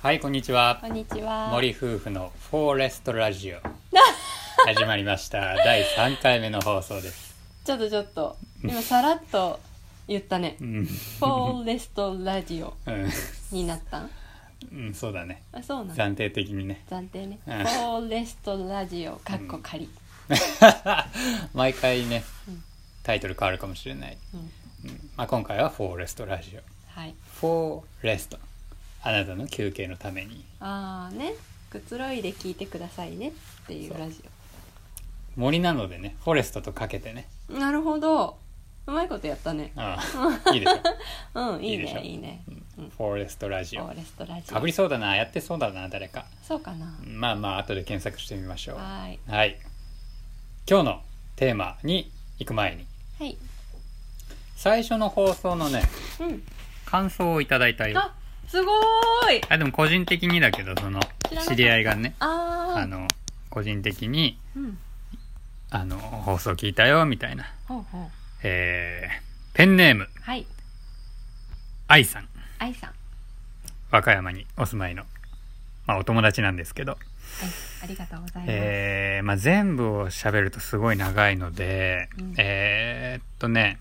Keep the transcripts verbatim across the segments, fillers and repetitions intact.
はい、こんにちは。 こんにちは。 森夫婦のフォーレストラジオ始まりました。だいさんかいめの放送です。 ちょっとちょっと今さらっと言ったね。 うん、 フォーレストラジオになったん？ うん、そうだね。 あ、そうなん。 暫定的にね。 暫定ね。 うん、 フォーレストラジオかっこ仮。 毎回ね、 うん、 タイトル変わるかもしれない。 うんうん、まあ、今回はフォーレストラジオ。 はい。 フォーレスト。あなたの休憩のために。 ああね。くつろいで聞いてくださいねっていうラジ森なのでね、フォレストとかけてね。 オ。なるほど。うまいことやったね。 ああ、いいでしょ。 うん、いいいいでしょね、いいね。 うん、フォーレストラジオ。 フォーレストラジオ。 かぶりそうだな、やってそうだな、誰か。 そうかな。 まあまあ、後で検索してみましょう。 はい。 はい。今日のテーマに行く前に、 はい。 最初の放送のね、 うん。 感想をいただいたよ。 あ、すごーい。 あ、でも個人的にだけど、その知り合いがね、 ああの個人的に、 うん、 あの放送聞いたよみたいな、 ほうほう、 えー、ペンネーム、 はい、 愛さん、 愛さん、 和歌山にお住まいの、まあ、お友達なんですけど、はい、 ありがとうございます。 えーまあ、全部を喋るとすごい長いので、うん、えー、っとね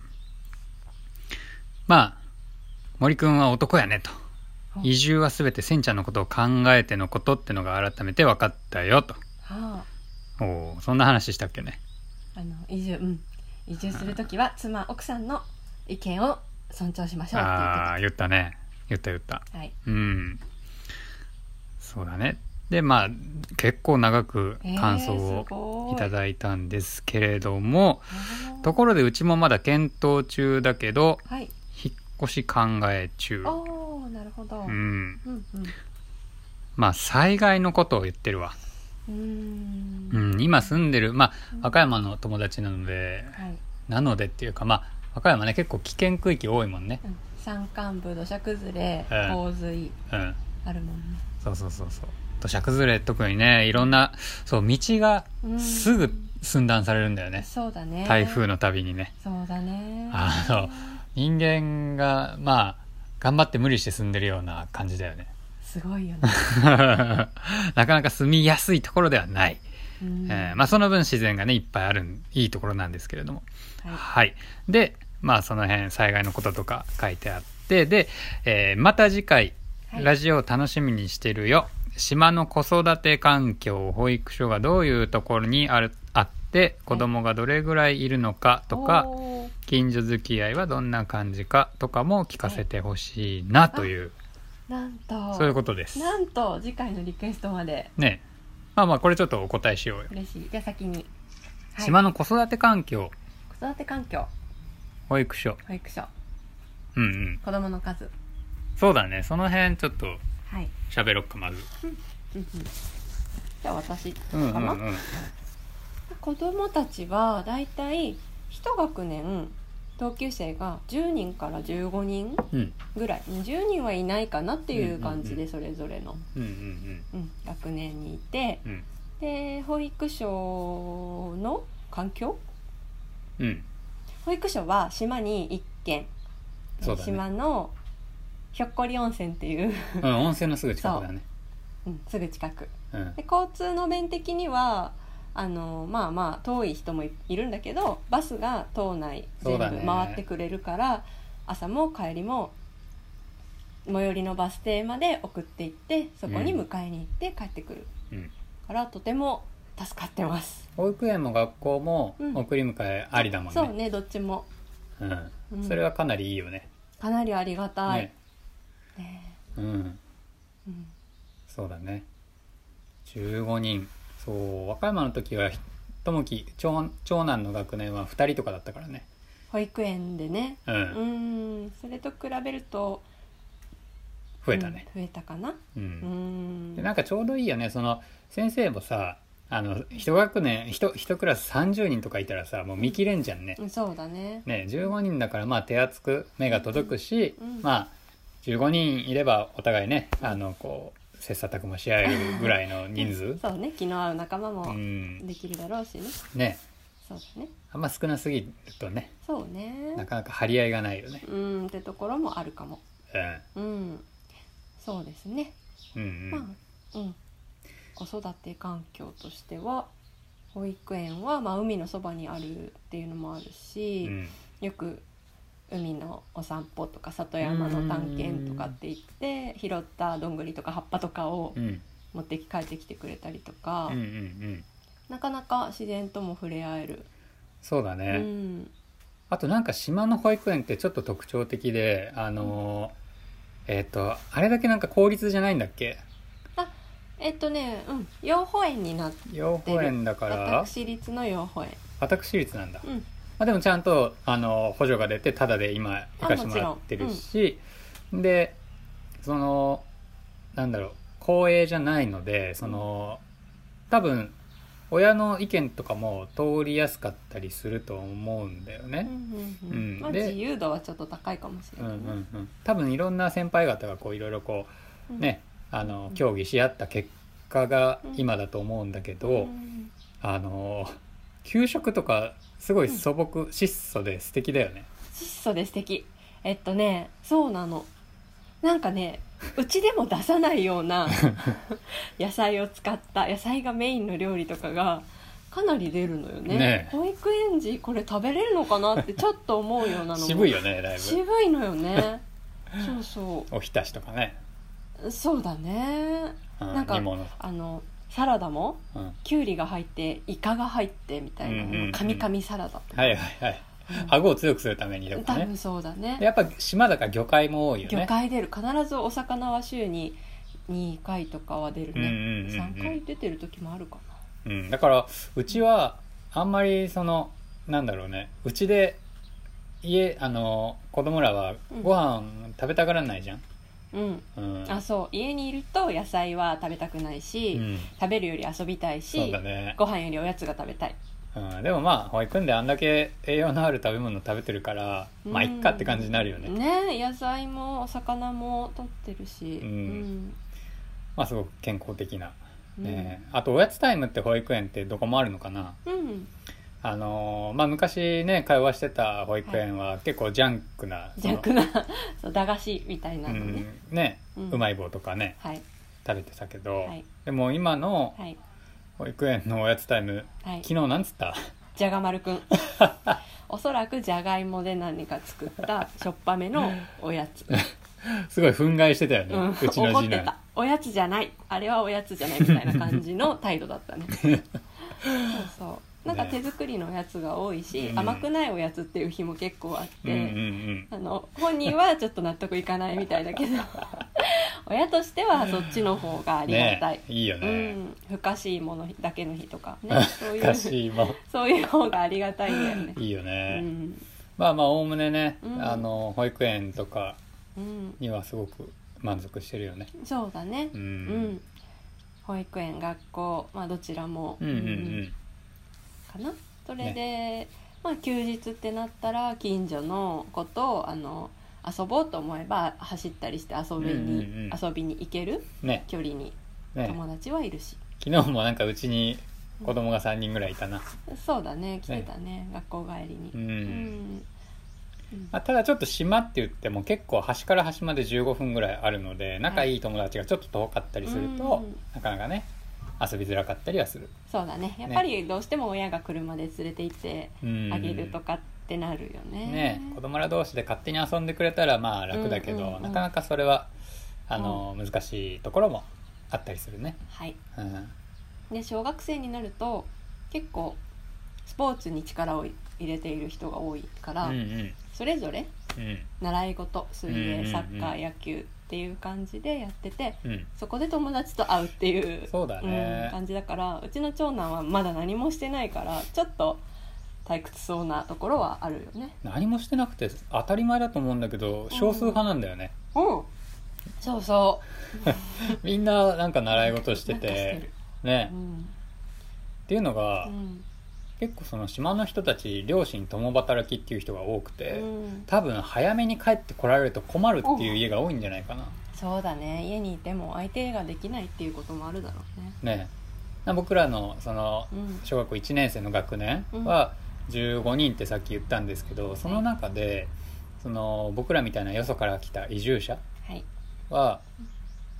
まあ森くんは男やねと、移住はすべてせんちゃんのことを考えてのことってのが改めて分かったよと、はあ、おそんな話したっけね。 あの移住、うん、移住するときは妻奥さんの意見を尊重しましょうって言ってた。 ああ、言ったね、言った言った、 はい、 うん、そうだね。でまあ結構長く感想をいただいたんですけれども、えー、ところでうちもまだ検討中だけど、はい、引っ越し考え中。 おー、なるほど、 うんうんうん、 まあ災害のことを言ってるわ。うーん、うん、今住んでる、まあ和歌山の友達なので、はい、なのでっていうか、まあ和歌山ね結構危険区域多いもんね、うん、 山間部、土砂崩れ、洪水、うん、あるもんね。 そうそうそうそう、土砂崩れ特にね、いろんな、そう道がすぐ寸断されるんだよね。 そうだね。 台風のたびにね。そうだね。あの人間がまあ頑張って無理して住んでるような感じだよね。 すごいよね。 なかなか住みやすいところではない。えー、まあその分自然がねいっぱいあるいいところなんですけれども、はい、はい、でまあその辺災害のこととか書いてあって、で、えー、また次回、はい、ラジオを楽しみにしてるよ。島の子育て環境、保育所がどういうところにあるあって子供がどれぐらいいるのかとか、はい、近所付き合いはどんな感じかとかも聞かせてほしいなという、 はい、なんとそういうことです。 なんと次回のリクエストまでね。まあまあこれちょっとお答えしようよ。 嬉しい。じゃあ先に、 はい、島の子育て環境、 子育て環境、 保育所、 保育所、 うんうん、 子供の数、 そうだね、その辺ちょっと喋、はい、ろっかまず、うんうんうん、じゃあ私かな、 うんうんうん、 子供たちはだいたいいち学年同級生がじゅうにんからじゅうごにんぐらい、うん、じゅうにんはいないかなっていう感じで、それぞれの、うんうんうん、学年にいて、うん、で保育所の環境、うん、保育所は島にいっけん、そうだね、島のひょっこり温泉っていう、 うん、温泉のすぐ近くだね、 うん、すぐ近く、うん、で交通の便的にはあのまあまあ遠い人も い, いるんだけどバスが島内全部回ってくれるから、ね、朝も帰りも最寄りのバス停まで送っていってそこに迎えに行って帰ってくる、うん、からとても助かってます。 保育園も学校も送り迎えありだもんね、 うん、そうね、どっちも、 うんうん、それはかなりいいよね。 かなりありがたい、ねね、うん、うん、そうだね。じゅうごにん、そう和歌山の時はともき 長, 長男の学年はふたりとかだったからね、 保育園でね、うん、うん、それと比べると増えたね、 うん、増えたかな、うん、 うんでなんかちょうどいいよね。その先生もさ、あの一学年一クラスさんじゅうにんとかいたらさもう見切れんじゃんね、 うん、そうだね。 ね、じゅうごにんだからまあ手厚く目が届くし、うん、まあじゅうごにんいればお互いね、あのこう切磋琢磨し合えるぐらいの人数そうね、気の合う仲間もできるだろうしね、うん、ね、 そうだね。あんま少なすぎるとね、 そうね、 なかなか張り合いがないよね、 うんってところもあるかも、うん、うん、そうですね。 うんうん、 まあうん、子育て環境としては保育園はまあ海のそばにあるっていうのもあるし、うん、よく海のお散歩とか里山の探検とかって言って拾ったどんぐりとか葉っぱとかを持って帰ってきてくれたりとか、うんうんうん、なかなか自然とも触れ合える。 そうだね、うん、あとなんか島の保育園ってちょっと特徴的であのー、えっとあれだけなんか公立じゃないんだっけ。 あえっとねうん養護園になってる。 養護園だから私立の養護園。 私立なんだ、 うんまあ、でもちゃんとあの補助が出てタダで今行かしてもらってるし、うん、でそのなんだろう公営じゃないのでその多分親の意見とかも通りやすかったりすると思うんだよね。 自由度はちょっと高いかもしれない、ねうんうんうん、多分いろんな先輩方がこういろいろこう、うん、ねあの協議し合った結果が今だと思うんだけど、うん、あの給食とかすごい素朴、うん、質素で素敵だよね。 質素で素敵。えっとねそうなの。なんかねうちでも出さないような野菜を使った野菜がメインの料理とかがかなり出るのよ ね, ね保育園児これ食べれるのかなってちょっと思うようなのも渋いよねだいぶ渋いのよねそうそうおひたしとかね。 そうだね。なんかあのサラダも、うん、きゅうりが入ってイカが入ってみたいな、うんうんうん、カミカミサラダとか、 はいはいはい、うん、顎を強くするためにとかね。 多分そうだね。 やっぱ島だから魚介も多いよね。 魚介出る。必ずお魚は週ににかいとかは出るね、うんうんうんうん、さんかい出てる時もあるかな、うん、だからうちはあんまりそのなんだろうねうちで家あの子供らはご飯食べたがらないじゃん、 うんうん、あそう家にいると野菜は食べたくないし、うん、食べるより遊びたいし、 そうだね、 ご飯よりおやつが食べたい、 うん、でもまあ保育園であんだけ栄養のある食べ物食べてるからまあいっかって感じになるよね、 うん、ね野菜もお魚も取ってるし、うんうん、 まあすごく健康的な、ねうん、あとおやつタイムって保育園ってどこもあるのかな、うんあのーまあ、昔ね通わしてた保育園は結構ジャンクな、はい、 ジャンクなそう駄菓子みたいなのね、 うん、ね、うん、うまい棒とかね、はい、食べてたけど、はい、でも今の保育園のおやつタイム、はい、昨日なんつったじゃがまるくんおそらくじゃがいもで何か作ったしょっぱめのおやつすごい憤慨してたよね、うん、うちの次男怒ってた。 おやつじゃないあれはおやつじゃないみたいな感じの態度だったねそうそうなんか手作りのおやつが多いし、ね、甘くないおやつっていう日も結構あって、うんうんうん、あの本人はちょっと納得いかないみたいだけど親としてはそっちの方がありがたい、 ね、いいよね、うん、 ふかしいものだけの日とかねそういうふかしいもそういう方がありがたいんだよね。 いいよね、うん、まあまあおおむねね、うん、あの保育園とかにはすごく満足してるよね、 うん、そうだね、うんうん、保育園学校、まあ、どちらも、 うんうんうんかな。それで、ねまあ、休日ってなったら近所の子とあの遊ぼうと思えば走ったりして遊びに、うんうんうん、遊びに行ける、ね、距離に友達はいるし、 ね、昨日もなんかうちに子供がさんにんぐらいいたな、 うん、そうだね来てた ね, ね学校帰りに、うんうんまあ、ただちょっと島って言っても結構端から端までじゅうごふんぐらいあるので仲いい友達がちょっと遠かったりすると、はい、なかなかね遊びづらかったりはする。 そうだねやっぱりどうしても親が車で連れて行ってあげるとかってなるよね。 ね子供ら同士で勝手に遊んでくれたらまあ楽だけど、うんうんうん、なかなかそれはあの、うん、難しいところもあったりするね。 はい、うん、で小学生になると結構スポーツに力を入れている人が多いから、うんうん、それぞれ習い事水泳、うん、サッカー、野球っていう感じでやってて、うん、そこで友達と会うっていう、 そうだね、 うん、感じだからうちの長男はまだ何もしてないからちょっと退屈そうなところはあるよね。 何もしてなくて当たり前だと思うんだけど少数派なんだよね、 うん、うん、そうそうみんななんか習い事しててね、うん、っていうのが、うん、結構その島の人たち両親共働きっていう人が多くて、うん、多分早めに帰ってこられると困るっていう家が多いんじゃないかな。 そうだね家にいても相手ができないっていうこともあるだろうね。 ね僕らのその小学校いちねん生の学年はじゅうごにんってさっき言ったんですけど、その中でその僕らみたいなよそから来た移住者は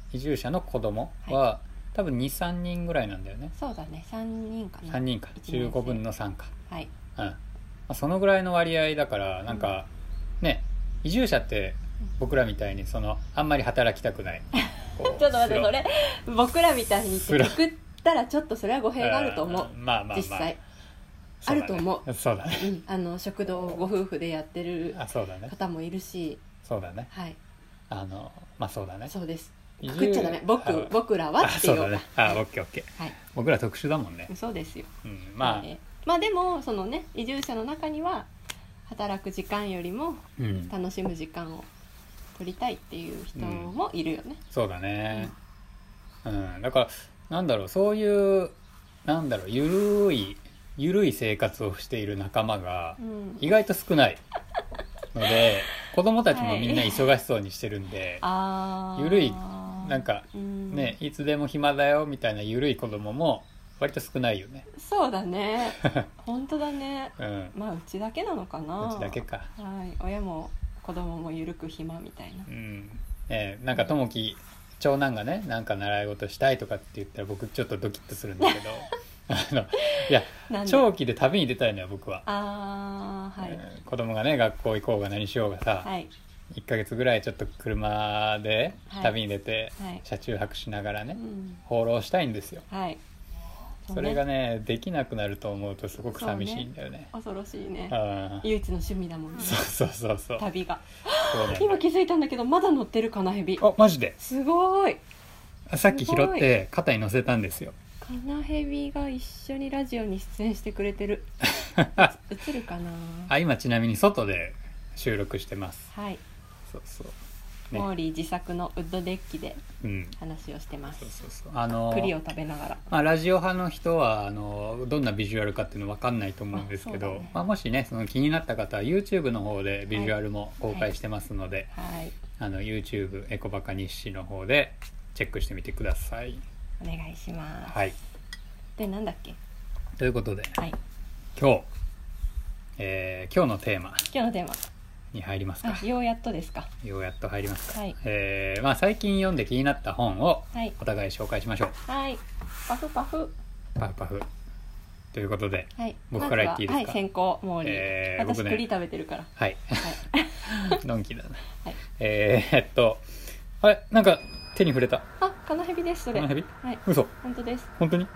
移住者の子供は、はい、多分 にさんにんぐらいなんだよね。 そうだね、さんにんかな。 さんにんか、じゅうごぶんのさんか。 はい、 うん、まあ、そのぐらいの割合だからなんか、うん、ね、移住者って僕らみたいにそのあんまり働きたくないちょっと待って、それ僕らみたいにってくくったらちょっとそれは語弊があると思う。まあまあまあ、実際あると思う。 そうだね、 うん、あの食堂をご夫婦でやってる方もいるし。 そうだね、 はい、 あのまあそうだね、 そうです。くくっちゃダメ。僕僕らはっていう。あ、そうだね。 あ、オッケーオッケー、はい、僕ら特殊だもんね。 そうですよ、 うん、まあ、 えー、まあでもそのね、移住者の中には働く時間よりも楽しむ時間を取りたいっていう人もいるよね、うん、 そうだね、うん、うん、だからなんだろう、そういうなんだろう、ゆるいゆるい生活をしている仲間が意外と少ないので、うん、子供たちもみんな忙しそうにしてるんで、はい、ゆるいなんか、うん、ね、いつでも暇だよみたいなゆるい子供も割と少ないよね。 そうだね本当だね、うん、まあうちだけなのかな。 うちだけか。 はい、親も子供もゆるく暇みたいな、 うん、えー、なんかともき長男がね、なんか習い事したいとかって言ったら僕ちょっとドキッとするんだけどあのいや長期で旅に出たいのよ僕は。 あ、はい、えー、子供がね学校行こうが何しようがさ、はい、いっかげつぐらいちょっと車で旅に出て、はい、車中泊しながらね、うん、放浪したいんですよ、はい、そ, それがねできなくなると思うとすごく寂しいんだよ ね, ね恐ろしいね。唯一の趣味だもんね。 そうそうそうそう、 旅が今気づいたんだけどまだ乗ってるカナヘビ。 あ、マジで。 すごい。 さっき拾って肩に乗せたんですよ。 カナヘビが一緒にラジオに出演してくれてる映るかなあ、今ちなみに外で収録してます。 はい、 そうそう、 ね、モーリー自作のウッドデッキで話をしてます、うん、そうそうそう、 あの栗を食べながら、 まあ、ラジオ派の人はあのどんなビジュアルかっていうの分かんないと思うんですけど、ね、まあ、もしねその気になった方は YouTube の方でビジュアルも公開してますので、はいはい、あの YouTube エコバカ日誌の方でチェックしてみてください。 お願いします。 はい。 で、なんだっけ。 ということで、 はい、 今日、えー、今日のテーマ今日のテーマに入りますか。 ようやっとですか。 ようやっと入りますか、 はい、 えーまあ、最近読んで気になった本をお互い紹介しましょう。 はい、パフパフパフパフということで、 はい、 僕から言っていいですか。 はい、先行モーリー、えー、私、ね、栗食べてるからはい、はい、のんきだな、はい、えー、っとあれなんか手に触れた。 あ、カナヘビです。それカナヘビ、 はい、 嘘。 本当です。 本当に。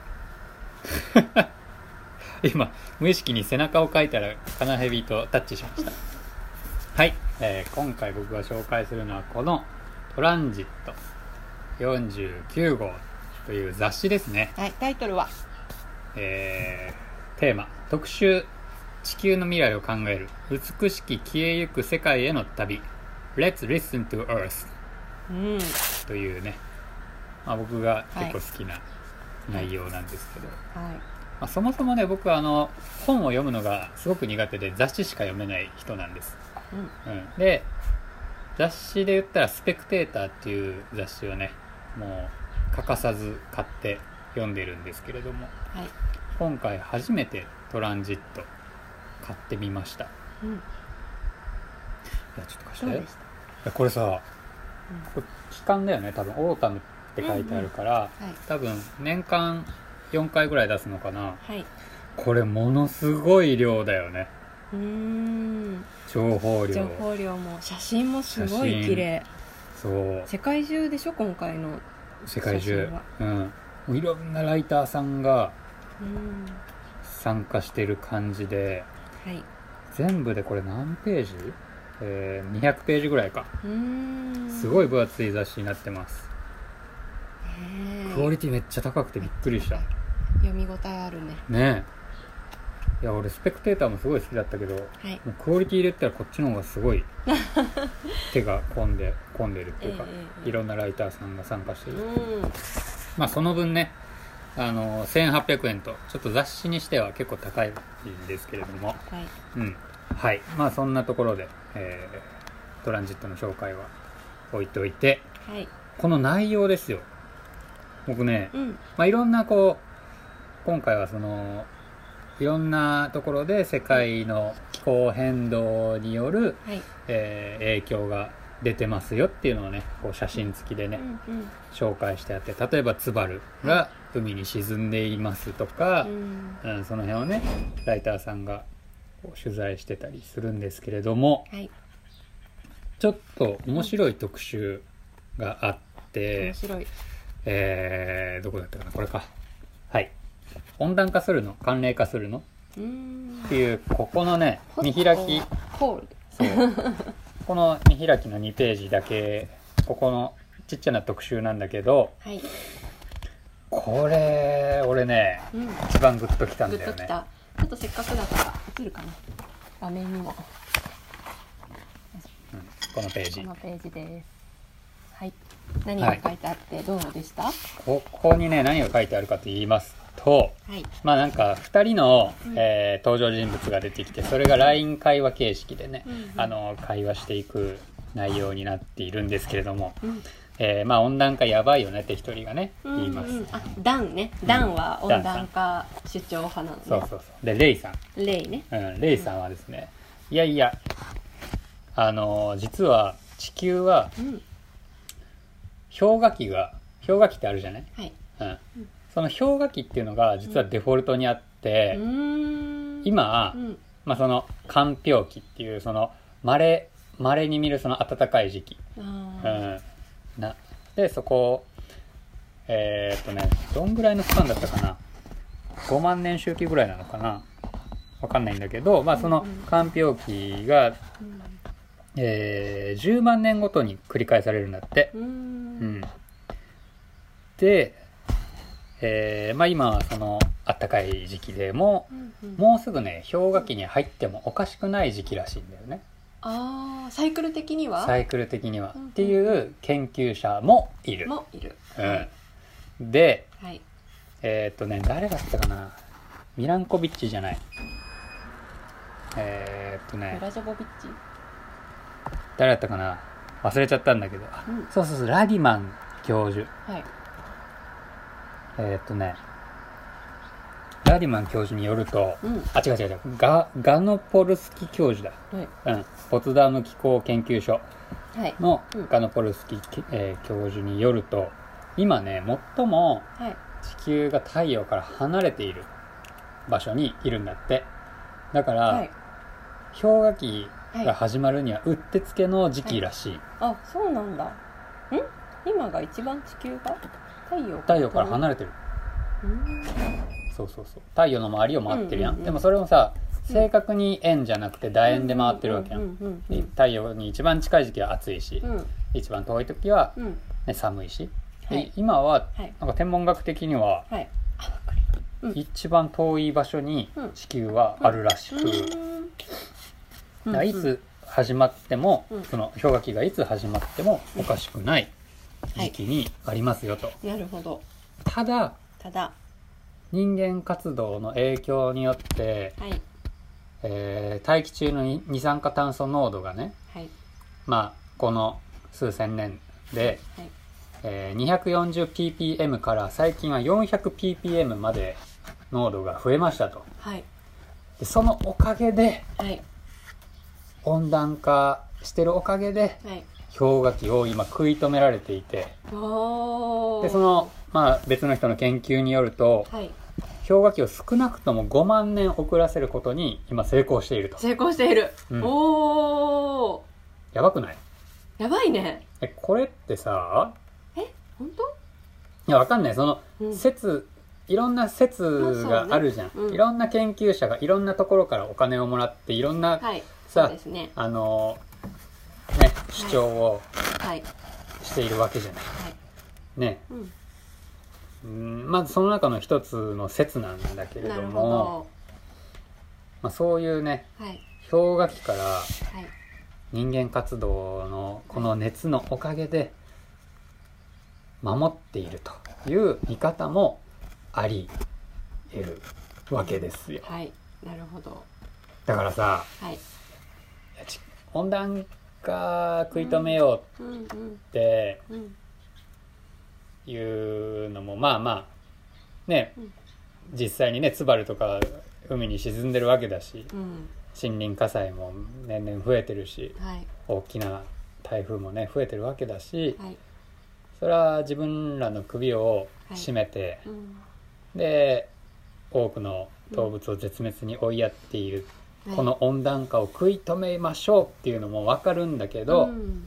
はい今無意識に背中を描いたらカナヘビとタッチしましたはい、えー、今回僕が紹介するのはこのトランジットよんじゅうきゅうごうという雑誌ですね。 はい、タイトルは、 えー、テーマ特集地球の未来を考える美しき消えゆく世界への旅 Let's listen to Earth、うん、というね、まあ、僕が結構好きな内容なんですけど、はいはい、まあ、そもそもね僕はあの本を読むのがすごく苦手で雑誌しか読めない人なんです、うんうん、で雑誌で言ったらスペクテーターっていう雑誌をねもう欠かさず買って読んでるんですけれども、はい、今回初めてトランジット買ってみました、うん、いやちょっと貸して。いやこれさ、うん、これ期間だよね多分オータムって書いてあるから、うんうん、はい、多分年間よんかいぐらい出すのかな、はい、これものすごい量だよね。 うーん、 情報量情報量も写真もすごい綺麗。そう世界中でしょ今回の世界中、うん、もういろんなライターさんが参加してる感じで、はい、全部でこれ何ページ、えー、にひゃくページぐらいか。うーん、すごい分厚い雑誌になってます。クオリティめっちゃ高くてびっくりした。 読み応えあるね。 ねえ、いや俺スペクテーターもすごい好きだったけど、はい、もうクオリティ入れたらこっちの方がすごい手が込んで込んでるっていうか、えー、いろんなライターさんが参加してる。まあその分ねあのせんはっぴゃくえんとちょっと雑誌にしては結構高いんですけれども、はい、うん、はい、まあそんなところで、えー、トランジットの紹介は置いといて、はい、この内容ですよ。僕ね、うん、まあ、いろんなこう今回はそのいろんなところで世界の気候変動による、はい、えー、影響が出てますよっていうのをねこう写真付きでね、 うんうん、 紹介してあって、例えばツバルが海に沈んでいますとか、うんうん、その辺をねライターさんがこう取材してたりするんですけれども、 はい、 ちょっと面白い特集があって、 面白い、 えー、どこだったかな、これか、はい、温暖化するの寒冷化するのうーんっていうここのね見開き、 コールそうこの見開きのにページだけ、ここのちっちゃな特集なんだけど、 はい、 これ俺ね、うん、一番グッときたんだよね。 グッときた。ちょっとせっかくだから映るかな、画面にも、うん、 このページ、 このページです。はい、何が書いてあってどうでした？はい、 ここにね何が書いてあるかと言いますと、はい、まあなんかふたりの、うんえー、登場人物が出てきて、それが ライン 会話形式でね、うんうん、あの会話していく内容になっているんですけれども、うんえー、まあ温暖化やばいよねって一人がね、うんうん、言います。 あ、ダンね、ダンは温暖化主張派なのね。 そうそうそう。でレイさん、 レイね、 うん、レイさんはですね、うん、いやいやあのー、実は地球は、うん、氷河期が氷河期ってあるじゃない、はいうん、その氷河期っていうのが実はデフォルトにあって、うん、今、うんまあ、その間氷期っていうその稀稀に見るその暖かい時期、うん、なでそこえー、っとねどんぐらいのスパンだったかな、ごまん年周期ぐらいなのかな、わかんないんだけど、まあ、その間氷期が、うんえー、じゅうまん年ごとに繰り返されるんだって。うん、うん、で、えーまあ、今はその暖かい時期でも、うんうん、もうすぐね氷河期に入ってもおかしくない時期らしいんだよね。 ああ、サイクル的にはサイクル的には、うんうん、っていう研究者もいるもいる、 うん、で、はい、えー、っとね誰だったかな、ミランコビッチじゃない、えー、っとねブラジョボビッチ誰だったかな、忘れちゃったんだけど、うん、そうそうそう、ラディマン教授、はい、えー、っとねラディマン教授によると、うん、あ違う違う違うガガノポルスキ教授だ、はいうん、ポツダム気候研究所のガノポルスキ、えー、教授によると、今ね最も地球が太陽から離れている場所にいるんだって。だから、はい、氷河期が始まるにはうってつけの時期らしい、はい、 あ、そうなんだ。ん今が一番地球が太陽から太陽から離れてる。うんそうそうそう、太陽の周りを回ってるやん、うんうんうん、でもそれもさ正確に円じゃなくて楕円で回ってるわけやん。太陽に一番近い時期は暑いし、うん、一番遠い時は、ね、寒いし、はい、今は、はい、なんか天文学的には、はいうん、一番遠い場所に地球はあるらしく、うん、いつ始まっても、うん、その氷河期がいつ始まってもおかしくない時期にありますよと、はい、 なるほど。 ただただ人間活動の影響によって、はいえー、大気中の二酸化炭素濃度がね、はい、まあこの数千年で、はいえー、にひゃくよんじゅうピーピーエム から最近は よんひゃくピーピーエム まで濃度が増えましたと、はい、でそのおかげで、はい、温暖化してるおかげで、はい、氷河期を今食い止められていて、でその、まあ、別の人の研究によると、はい氷河期を少なくともごまん年遅らせることに今成功していると。 成功している、うん、おーやばくない？ やばいね。 えこれってさえ本当？ いやわかんない、その、うん、説いろんな説があるじゃん、まあねうん、いろんな研究者がいろんなところからお金をもらっていろんな、はい、さそうですね、あのね主張をしているわけじゃない、はい、ね、うんうんまずその中の一つの説なんだけれども、まあ、そういうね、はい、氷河期から人間活動のこの熱のおかげで守っているという見方もあり得るわけですよ。 はい、なるほど。 だからさ、はい、温暖化食い止めようって、うんうんうんいうのもまあまあね、うん、実際にねツバルとか海に沈んでるわけだし、うん、森林火災も年々増えてるし、はい、大きな台風もね増えてるわけだし、 はい、 それは自分らの首を絞めて、 はい、うん、 で多くの動物を絶滅に追いやっている、うん、この温暖化を食い止めましょうっていうのも分かるんだけど、うん、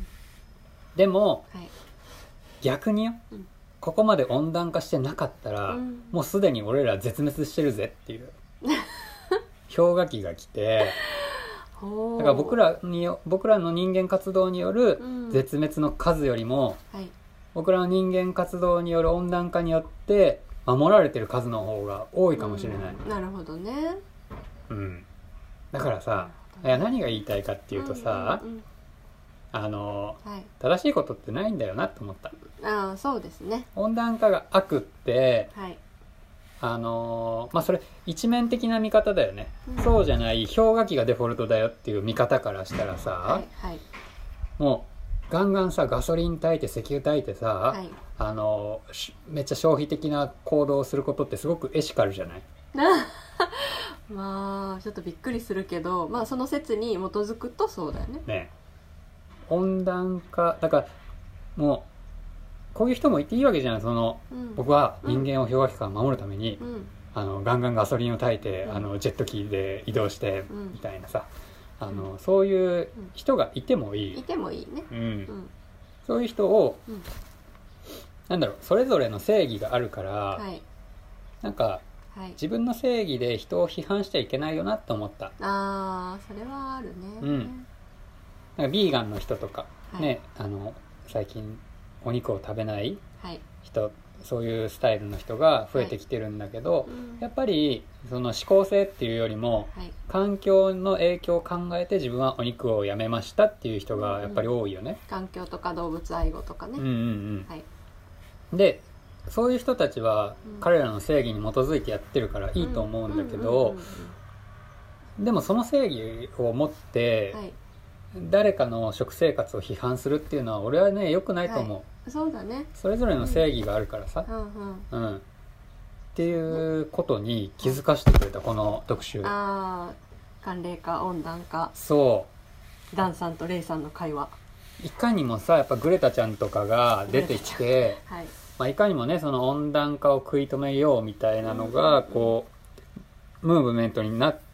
でも、はい、逆によ、うん、ここまで温暖化してなかったら、うん、もうすでに俺ら絶滅してるぜっていう氷河期が来てだから僕らに僕らの人間活動による絶滅の数よりも、うん、はい、僕らの人間活動による温暖化によって守られてる数の方が多いかもしれない、 うん、なるほどね、 うん、だからさ、いや何が言いたいかっていうとさ、うんうんうん、あの、はい、正しいことってないんだよなと思った。 ああ、そうですね。 温暖化が悪って、 はい、 あのまあそれ一面的な見方だよね、うん、そうじゃない氷河期がデフォルトだよっていう見方からしたらさ、はいはい、もうガンガンさガソリン焚いて石油焚いてさ、はい、あのめっちゃ消費的な行動をすることってすごくエシカルじゃないまあちょっとびっくりするけど、まあその説に基づくとそうだよね。 ね、温暖化だからもうこういう人もいていいわけじゃない。その、うん、僕は人間を氷河期から守るために、うん、あのガンガンガソリンを焚いて、うん、あのジェット機で移動して、うん、みたいなさ、あの、うん、そういう人がいてもいい、 いてもいいね、 うんうん、そういう人を、うん、なんだろう、それぞれの正義があるから、はい、なんか、はい、自分の正義で人を批判しちゃいけないよなって思った。 あー、それはあるね、 うん、なんかビーガンの人とか、はい、ね、あの最近お肉を食べない人、はい、そういうスタイルの人が増えてきてるんだけど、はい、うん、やっぱりその思考性っていうよりも、はい、環境の影響を考えて自分はお肉をやめましたっていう人がやっぱり多いよね、うん、 環境とか動物愛護とかね、 うんうんうん、はい、でそういう人たちは彼らの正義に基づいてやってるからいいと思うんだけど、でもその正義を持って、はい、誰かの食生活を批判するっていうのは俺はね良くないと思う、はい、そうだね、それぞれの正義があるからさ、うんうんうん、っていうことに気づかせてくれたこの特集。 ああ、寒冷化温暖化、 そうダンさんとレイさんの会話、 いかにもさやっぱグレタちゃんとかが出てきて、はい、まあ、いかにもねその温暖化を食い止めようみたいなのがこうムーブメントになって、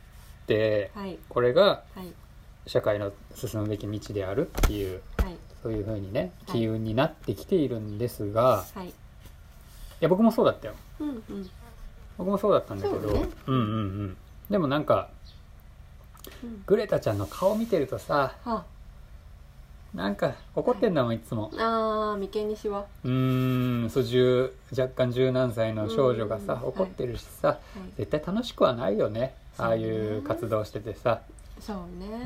はい、これが社会の進むべき道であるっていう、はい、そういう風にね機運になってきているんですが、はい、いや僕もそうだったよ、うんうん、僕もそうだったんだけど、ね、うんうんうん、でもなんか、うん、グレタちゃんの顔見てるとさ、はあ、なんか怒ってんだもん、はい、いつも。ああ、眉間にしわ。 うーん、そう十若干十何歳の少女がさ怒ってるしさ、はい、絶対楽しくはないよね、ああいう活動しててさ。 そうね、 うん、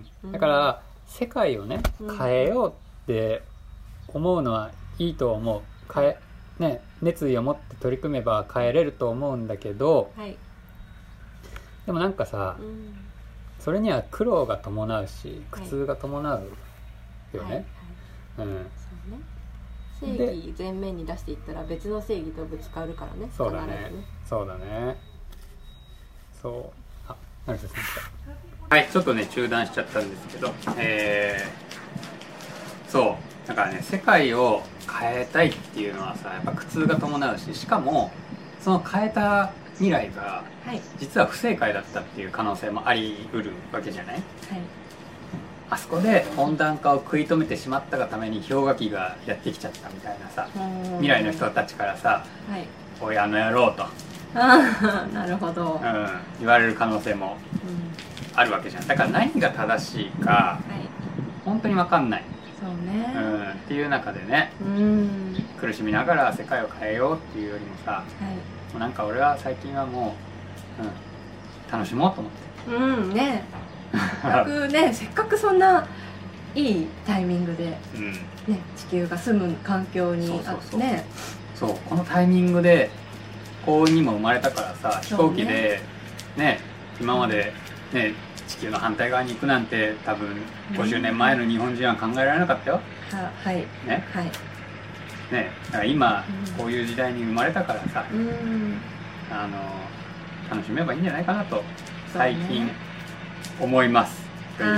だから世界をね変えようって思うのはいいと思う。変え、ね、熱意を持って取り組めば変えれると思うんだけど、はい、でもなんかさ、うん、それには苦労が伴うし苦痛が伴うよね、はいはい、うん、 そうね、正義前面に出していったら別の正義とぶつかるからね。 そうだね、ね、そうだね、そう、あ、成瀬さんはい、ちょっとね中断しちゃったんですけど、えー、そうだからね、世界を変えたいっていうのはさやっぱ苦痛が伴うし、しかもその変えた未来が実は不正解だったっていう可能性もありうるわけじゃない、はい、あそこで温暖化を食い止めてしまったがために氷河期がやってきちゃったみたいなさ、未来の人たちからさ、はい、おいあの野郎とあなるほど、 うん、言われる可能性もあるわけじゃん。だから何が正しいか、はい、本当に分かんない。 そうね、 うん、っていう中でね、うん、苦しみながら世界を変えようっていうよりもさ、はい、もうなんか俺は最近はもう、うん、楽しもうと思って。 うんね、せっかくねせっかくそんないいタイミングで、うんね、地球が住む環境にあってね、 そうそうそう、このタイミングで幸運にも生まれたからさ、飛行機でね、今までね地球の反対側に行くなんて多分ごじゅうねんまえの日本人は考えられなかったよ、 うん、ははいね、 はいね、だから今、うん、こういう時代に生まれたからさ、うん、あの楽しめばいいんじゃないかなと最近思います。 という、 はい、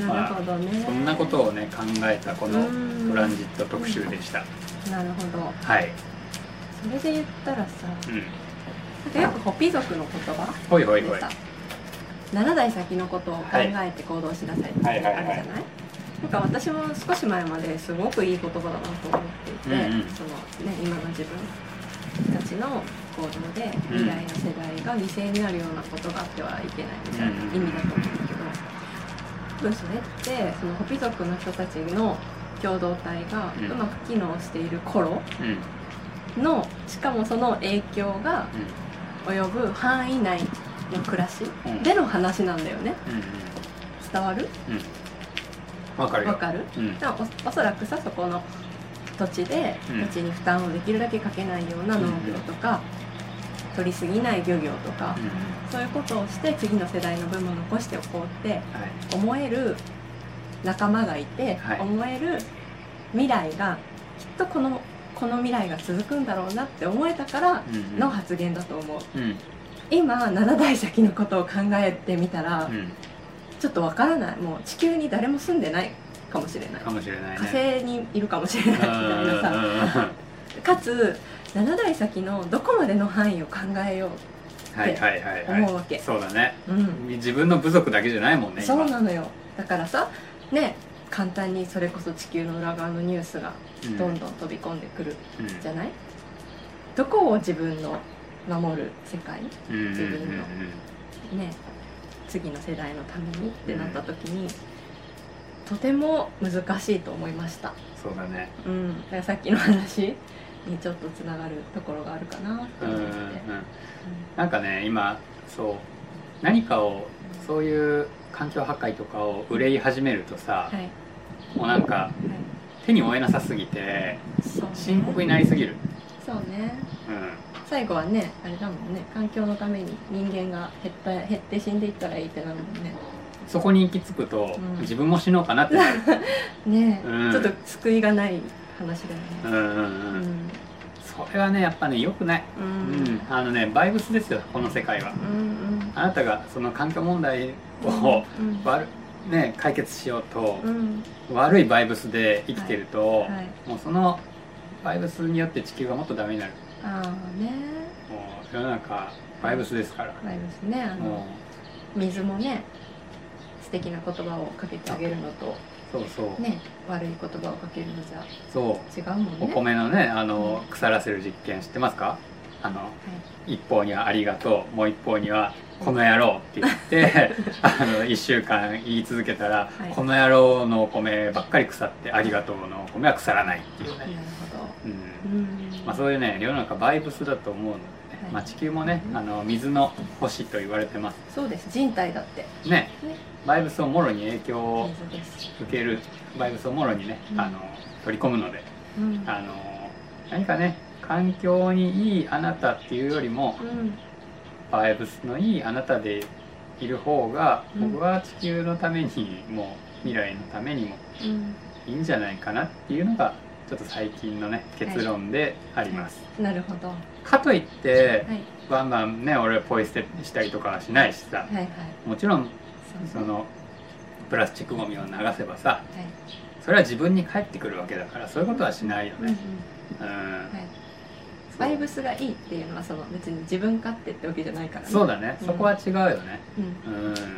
なるほどね、 まあ、そんなことをね考えたこのトランジット特集でした。 なるほど。 はい。 それで言ったらさ、うん、なんかよくホピ族の言葉ほいほいほいなな代先のことを考えて行動しなさいってあるじゃない。なんか私も少し前まですごくいい言葉だなと思っていて、うんうん、そのね、今の自分たちの行動で未来の世代が犠牲になるようなことがあってはいけないみたいな意味だと思うんだけど、多分それってそのホピ族の人たちの共同体がうまく機能している頃の、しかもその影響が及ぶ範囲内の暮らしでの話なんだよね。伝わる？ わかるよ。 わかる？うん、お, おそらくさ、そこの土地で土地に負担をできるだけかけないような農業とか、うん、取りすぎない漁業とか、うん、そういうことをして次の世代の分も残しておこうって思える仲間がいて、はい、思える未来がきっとこのこの未来が続くんだろうなって思えたからの発言だと思う。うんうん、今なな代先のことを考えてみたら、うん、ちょっとわからない。もう地球に誰も住んでないかもしれない。 かもしれないね。 火星にいるかもしれないみたいなさ。かつなな代先のどこまでの範囲を考えようって思うわけ。 そうだね、うん、自分の部族だけじゃないもんね。 そうなのよ。だからさね、簡単にそれこそ地球の裏側のニュースがどんどん飛び込んでくるじゃない、うん、どこを自分の守る世界、自分のね次の世代のためにってなった時に、うん、とても難しいと思いました。 そうだね、 うん、だからさっきの話にちょっとつながるところがあるかなって思って、うんうん、 なんかね今そう何かをそういう環境破壊とかを憂い始めるとさ、はい、もうなんか、はい、手に負えなさすぎて、ね、深刻になりすぎる。 そうね、うん、最後はねあれだもんね、環境のために人間が減った減って死んでいったらいいってなるもんね。 そこに行き着くと、うん、自分も死のうかなってなるねえ、うん、ちょっと救いがない話だよね。うんうんうん、うん、 それはねやっぱね良くない、うんうん、あのねバイブスですよこの世界は、うんうん、あなたがその環境問題を、うんうん悪ね、解決しようと、うん、悪いバイブスで生きてると、はいはい、もうそのバイブスによって地球がもっとダメになる。 ああね、 もう世の中バイブスですから。 バイブスね、あの水もね素敵な言葉をかけてあげるのと、 そうそうね、悪い言葉をかけるのじゃそう違うもんね。 お米のねあの腐らせる実験知ってますか？あの、はい、一方にはありがとう、もう一方にはこの野郎って言ってあのいっしゅうかん言い続けたら、はい、この野郎のお米ばっかり腐ってありがとうのお米は腐らないっていうね。なるほど、うん、まあ、そういうね世の中バイブスだと思うので、ね、はい、まあ、地球もねあの水の星と言われてます。 そうです、人体だってね、ね、バイブスをもろに影響を受ける、バイブスをもろにね、うん、あの取り込むので、うん、あの何かね環境にいいあなたっていうよりも、うん、バイブスのいいあなたでいる方が、うん、僕は地球のためにも未来のためにもいいんじゃないかなっていうのがちょっと最近のね結論であります、 はいはい、なるほど。 かといって、はい、バンバンね俺ポイ捨てしたりとかはしないしさ、はいはい、もちろんそのプラスチックゴミを流せばさ、はい、それは自分に返ってくるわけだからそういうことはしないよね。うん、うん、うん、はい、 バイブスがいいっていうのはその別に自分勝手ってわけじゃないからね。 そうだね、そこは違うよね。うん、うん、うん、そうね、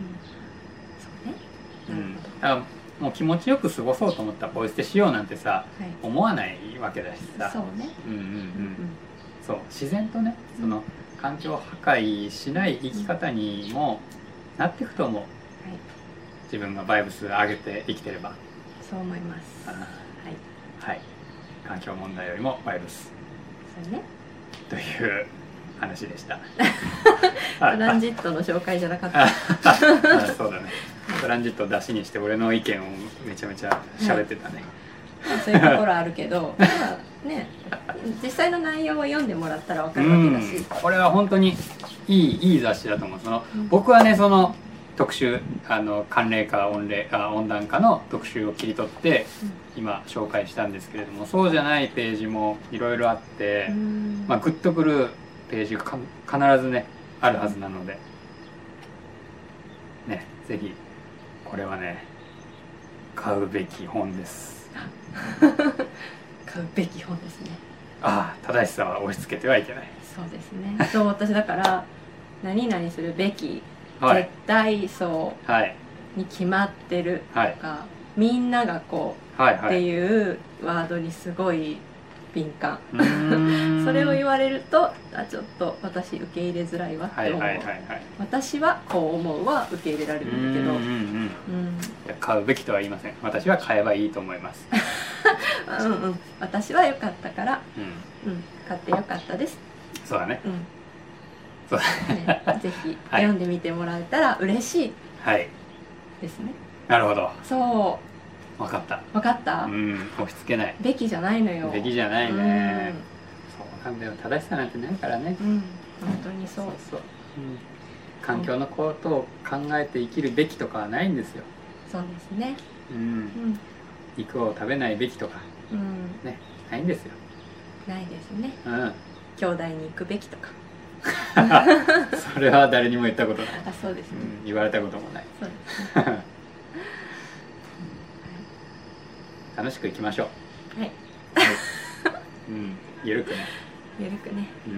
なるほど。うん、もう気持ちよく過ごそうと思ったらポイ捨てしようなんてさ、はい、思わないわけだしさ。 そうね、 うんうんうん、うん、そう自然とねその環境破壊しない生き方にもなっていくと思う、はい、自分がバイブス上げて生きてれば。 そう思います。はい、 はい、環境問題よりもバイブスね、 という話でした。 トランジットの紹介じゃなかった。 あそうだね。トランジットを出しにして俺の意見をめちゃめちゃ喋ってたね。 はい、そういうところあるけど、まあね、実際の内容を読んでもらったら分かるわけだし。 これは本当にいいいい雑誌だと思う。その、うん、僕はねその特集あの寒冷化温冷あ温暖化の特集を切り取って。うん、今紹介したんですけれども、そうじゃないページもいろいろあって、まあ、グッとくるページが必ずねあるはずなので、ね、ぜひこれはね買うべき本です買うべき本ですね。 ああ、正しさは押し付けてはいけない。 そうですね。そう、私だから何々するべき、 はい、 絶対そうに決まってるとか、はい、みんながこう、はいはい、っていうワードにすごい敏感それを言われると、あ、ちょっと私受け入れづらいわって思う。私はこう思うは受け入れられるんだけど、うんうん、うん、 買うべきとは言いません。私は買えばいいと思いますうん、うん、私は良かったから、うん、うん、買って良かったです。 そうだね、うん、 そうだねぜひ読んでみてもらえたら嬉しいですね。 なるほど。 そう分かった。 分かった。 うん、押し付けない。 べきじゃないのよ。 べきじゃないね。そうなんだよ。正しさなんてないからね。 うん、本当にそう。そうそう。 うん、環境のことを考えて生きるべきとかはないんですよ。 そうですね。 うん。うん、肉を食べないべきとか、うん、ね、ないんですよ。 ないですね。 うん。 兄弟に行くべきとか。 それは誰にも言ったことない。 あ、そうですね。 うん、言われたこともない。 そうですね。 楽しくいきましょう。はい。 うん、ゆるくね。 ゆるくね。 うん。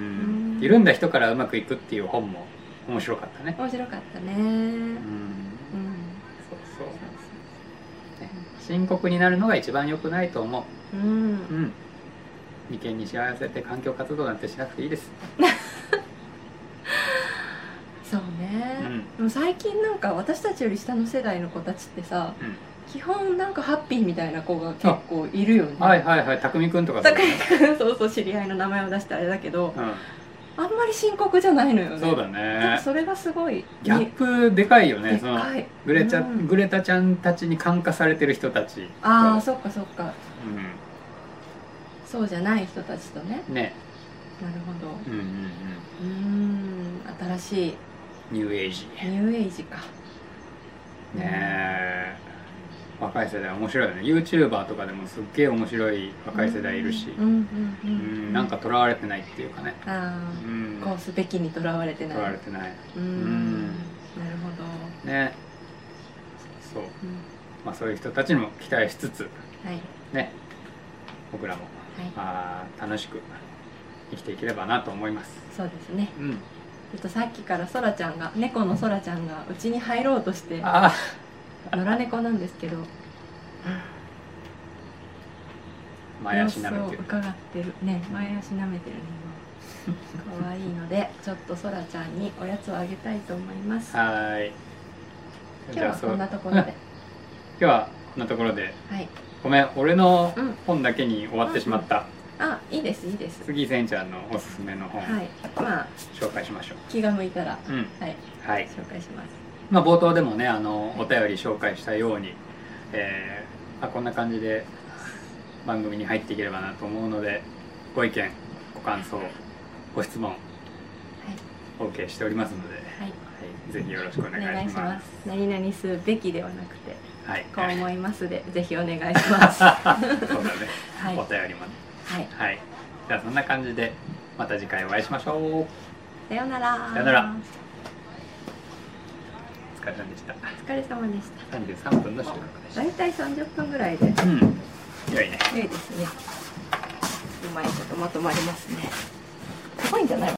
緩んだ人からうまくいくっていう本も面白かったね。 面白かったね。うん。うん。 そうそう。ね、深刻になるのが一番良くないと思う。うん。うん。眉間にしわ寄せて環境活動なんてしなくていいです。 そうね。うん、でも最近なんか私たちより下の世代の子たちってさ。うん、基本なんかハッピーみたいな子が結構いるよね。 はいはいはい、たくみくんとかたくみくん、そうそう、知り合いの名前を出してあれだけど、うん、あんまり深刻じゃないのよね。 そうだね。 それがすごいギャップでかいよね。 そのグレちゃ、うん、グレタちゃんたちに感化されてる人たち。 ああ、そっかそっか、うん、そうじゃない人たちとね。ね、なるほど。うんうんうん、うん、新しいニューエイジ。 ニューエイジかねえ、若い世代面白いよね。 YouTuber とかでもすっげえ面白い若い世代いるし、なんかとらわれてないっていうかね。ああ、うん、こうすべきにとらわれてない。 とらわれてない。 うん、なるほどね。そう、うん、まあそういう人たちにも期待しつつ、はい、ね、僕らも、はい、あ楽しく生きていければなと思います。 そうですね。うん、ちょっとさっきからそらちゃんが、猫のそらちゃんがうちに入ろうとして、あ野良猫なんですけど、 前足舐めてる。 伺ってるね、前足舐めてるね。可愛いので、ちょっとそらちゃんにおやつをあげたいと思います。はい。今日はこんなところで。 今日はこんなところで。はい。ごめん、俺の本だけに終わってしまった。 あ、いいですいいです。 次せんちゃんのおすすめの本、はい、まあ紹介しましょう。 気が向いたら、うん、はい、 はい、 紹介します。 まあ冒頭でもね、あのお便り紹介したように、えー、あこんな感じで番組に入っていければなと思うので、ご意見、ご感想、ご質問、はい、OK しておりますので、はいはい、ぜひよろしくお願いします。 何々すべきではなくて、はい、こう思いますで、ぜひお願いします。そうだね、 はい、お便りもね。はい、はい、じゃあそんな感じでまた次回お会いしましょう。 さようなら。 さようなら。お疲れ様でした。 お疲れ様でした。 さんじゅうさんぷんの収録でした。 だいたいさんじゅっぷんぐらいで。うん。 良いね。 良いですね。うまいことまとまりますね。すごいんじゃない？